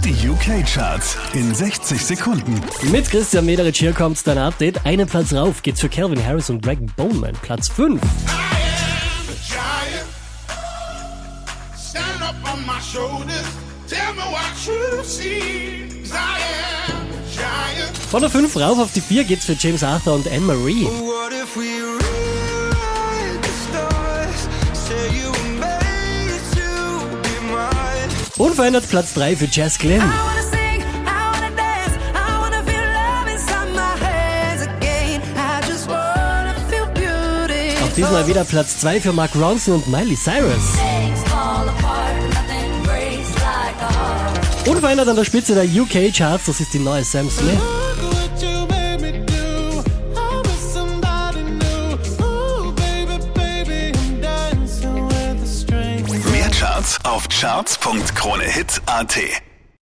Die UK-Charts in 60 Sekunden. Mit Christian Mederitsch hier kommt dein Update. Einen Platz rauf geht's für Calvin Harris und Dragon Bowman. Platz 5. Von der 5 rauf auf die 4 geht's für James Arthur und Anne-Marie. Unverändert Platz 3 für Jess Glynn. Auch diesmal wieder Platz 2 für Mark Ronson und Miley Cyrus. Unverändert an der Spitze der UK-Charts, das ist die neue Sam Smith. Mehr Charts auf charts.kronehit.at.